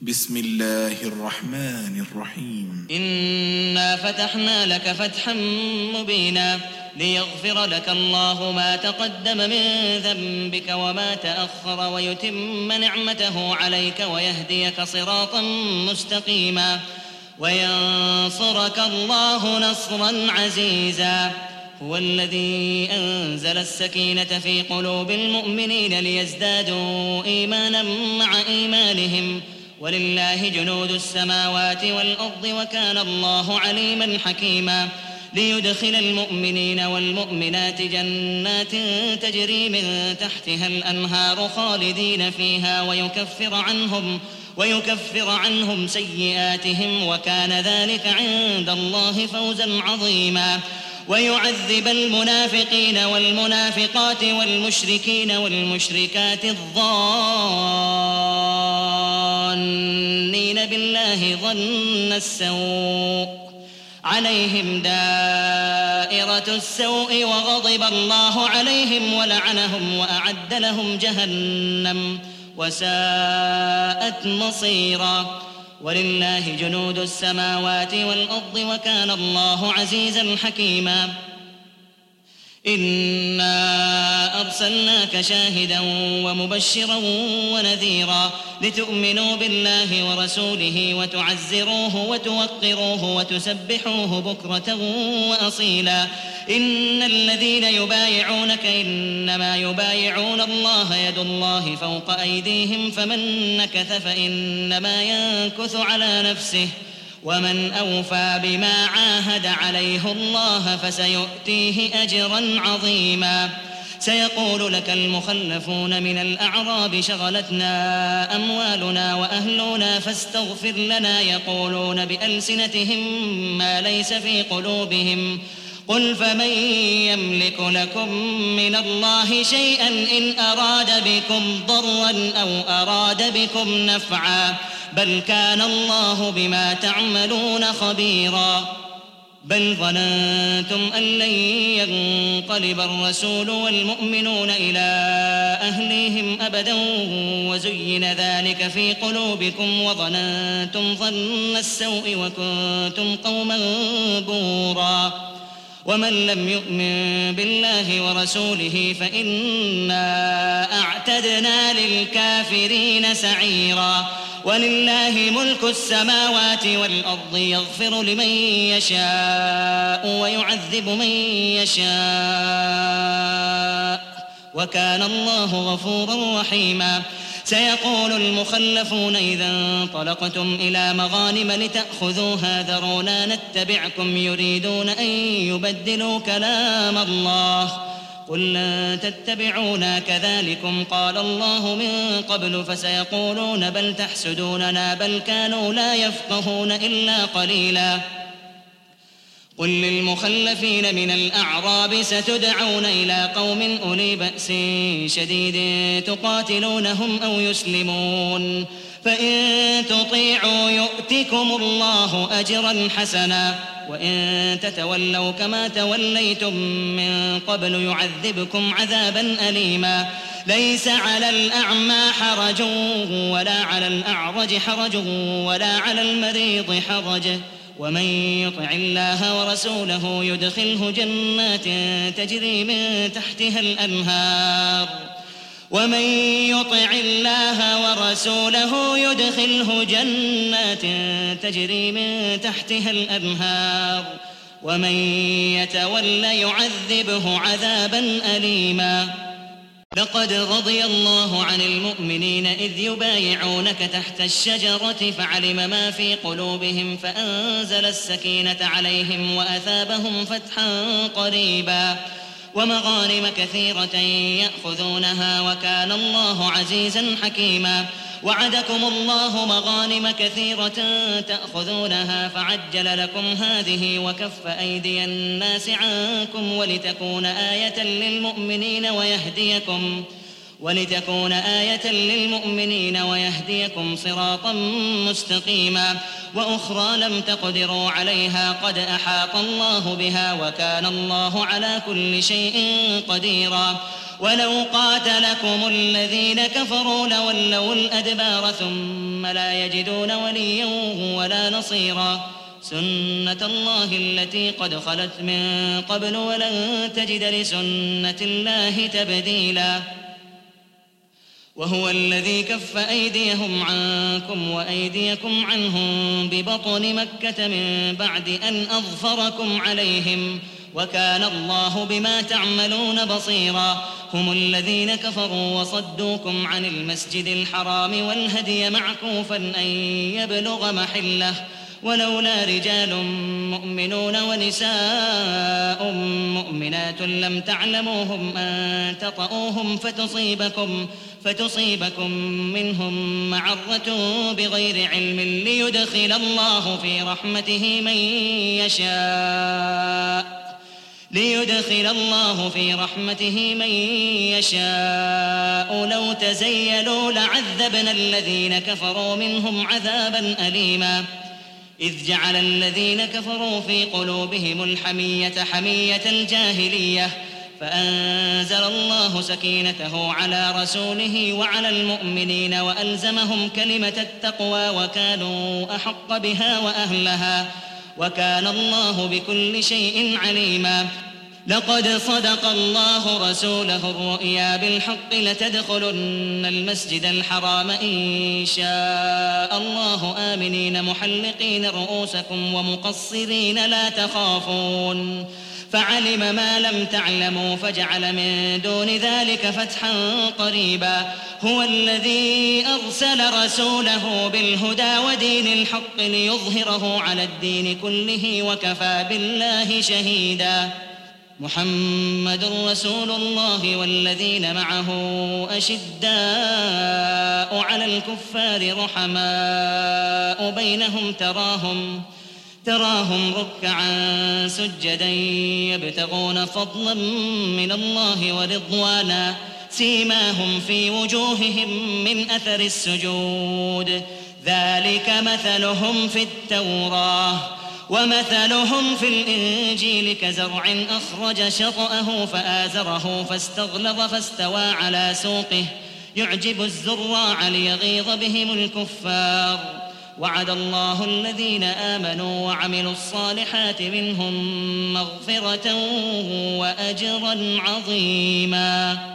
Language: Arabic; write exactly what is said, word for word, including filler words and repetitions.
بسم الله الرحمن الرحيم. إنا فتحنا لك فتحا مبينا ليغفر لك الله ما تقدم من ذنبك وما تأخر ويتم نعمته عليك ويهديك صراطا مستقيما وينصرك الله نصرا عزيزا. هو الذي أنزل السكينة في قلوب المؤمنين ليزدادوا إيمانا مع إيمانهم ولله جنود السماوات والأرض وكان الله عليما حكيما. ليدخل المؤمنين والمؤمنات جنات تجري من تحتها الأنهار خالدين فيها ويكفر عنهم ويكفر عنهم سيئاتهم وكان ذلك عند الله فوزا عظيما. ويعذب المنافقين والمنافقات والمشركين والمشركات الظانين بالله ظن السوء عليهم دائرة السوء وغضب الله عليهم ولعنهم وأعد لهم جهنم وساءت مصيرا. ولله جنود السماوات والأرض وكان الله عزيزا حكيما. إنا أرسلناك شاهدا ومبشرا ونذيرا لتؤمنوا بالله ورسوله وتعزروه وتوقروه وتسبحوه بكرة وأصيلا. إن الذين يبايعونك إنما يبايعون الله يد الله فوق أيديهم فمن نكث فإنما ينكث على نفسه ومن أوفى بما عاهد عليه الله فسيؤتيه أجرا عظيما. سيقول لك المخلفون من الأعراب شغلتنا أموالنا وأهلنا فاستغفر لنا يقولون بألسنتهم ما ليس في قلوبهم قل فمن يملك لكم من الله شيئا إن أراد بكم ضرا أو أراد بكم نفعا بل كان الله بما تعملون خبيرا. بل ظننتم أن لن ينقلب الرسول والمؤمنون إلى أهليهم أبدا وزين ذلك في قلوبكم وظننتم ظن السوء وكنتم قوما بورا. ومن لم يؤمن بالله ورسوله فإنا أعتدنا للكافرين سعيرا. ولله ملك السماوات والأرض يغفر لمن يشاء ويعذب من يشاء وكان الله غفورا رحيما. سيقول المخلفون إذا انطلقتم إلى مغانم لتأخذوها ذرونا نتبعكم يريدون أن يبدلوا كلام الله قل لن تتبعونا كذلكم قال الله من قبل فسيقولون بل تحسدوننا بل كانوا لا يفقهون إلا قليلا. قل للمخلفين من الأعراب ستدعون إلى قوم أولي بأس شديد تقاتلونهم أو يسلمون فإن تطيعوا يؤتكم الله أجرا حسنا وإن تتولوا كما توليتم من قبل يعذبكم عذابا أليما. ليس على الأعمى حرج ولا على الأعرج حرج ولا على المريض حرج ومن يطع الله ورسوله يدخله جنات تجري من تحتها الأنهار ومن يطع الله ورسوله يدخله جنات تجري من تحتها الأنهار ومن يتول يعذبه عذابا أليما. لقد رضي الله عن المؤمنين إذ يبايعونك تحت الشجرة فعلم ما في قلوبهم فأنزل السكينة عليهم وأثابهم فتحا قريبا ومغانم كثيرة يأخذونها وكان الله عزيزا حكيما. وعدكم الله مغانم كثيرة تأخذونها فعجل لكم هذه وكف أيدي الناس عنكم ولتكون آية للمؤمنين ويهديكم ولتكون آية للمؤمنين ويهديكم صراطا مستقيما. وأخرى لم تقدروا عليها قد أحاط الله بها وكان الله على كل شيء قديرا. ولو قاتلكم الذين كفروا لولوا الأدبار ثم لا يجدون وليا ولا نصيرا سنة الله التي قد خلت من قبل ولن تجد لسنة الله تبديلا وهو الذي كف أيديهم عنكم وأيديكم عنهم ببطن مكة من بعد أن أظفركم عليهم وكان الله بما تعملون بصيرا هم الذين كفروا وصدوكم عن المسجد الحرام والهدي معكوفا أن يبلغ محله ولولا رجال مؤمنون ونساء مؤمنات لم تعلموهم أن تطؤوهم فتصيبكم, فتصيبكم منهم معرة بغير علم ليدخل الله في رحمته من يشاء ليدخل الله في رحمته من يشاء لو تزيلوا لعذبنا الذين كفروا منهم عذابا أليما إذ جعل الذين كفروا في قلوبهم الحمية حمية الجاهلية فأنزل الله سكينته على رسوله وعلى المؤمنين وألزمهم كلمة التقوى وكانوا أحق بها وأهلها وكان الله بكل شيء عليما لقد صدق الله رسوله الرؤيا بالحق لتدخلن المسجد الحرام إن شاء الله آمنين محلقين رؤوسكم ومقصرين لا تخافون فعلم ما لم تعلموا فجعل من دون ذلك فتحا قريبا هو الذي أرسل رسوله بالهدى ودين الحق ليظهره على الدين كله وكفى بالله شهيدا محمد رسول الله والذين معه أشداء على الكفار رحماء بينهم تراهم تراهم ركعا سجدا يبتغون فضلا من الله ورضوانا سيماهم في وجوههم من أثر السجود ذلك مثلهم في التوراة ومثلهم في الإنجيل كزرع أخرج شطأه فآزره فاستغلظ فاستوى على سوقه يعجب الزراع ليغيظ بهم الكفار وعد الله الذين آمنوا وعملوا الصالحات منهم مغفرة وأجرا عظيما.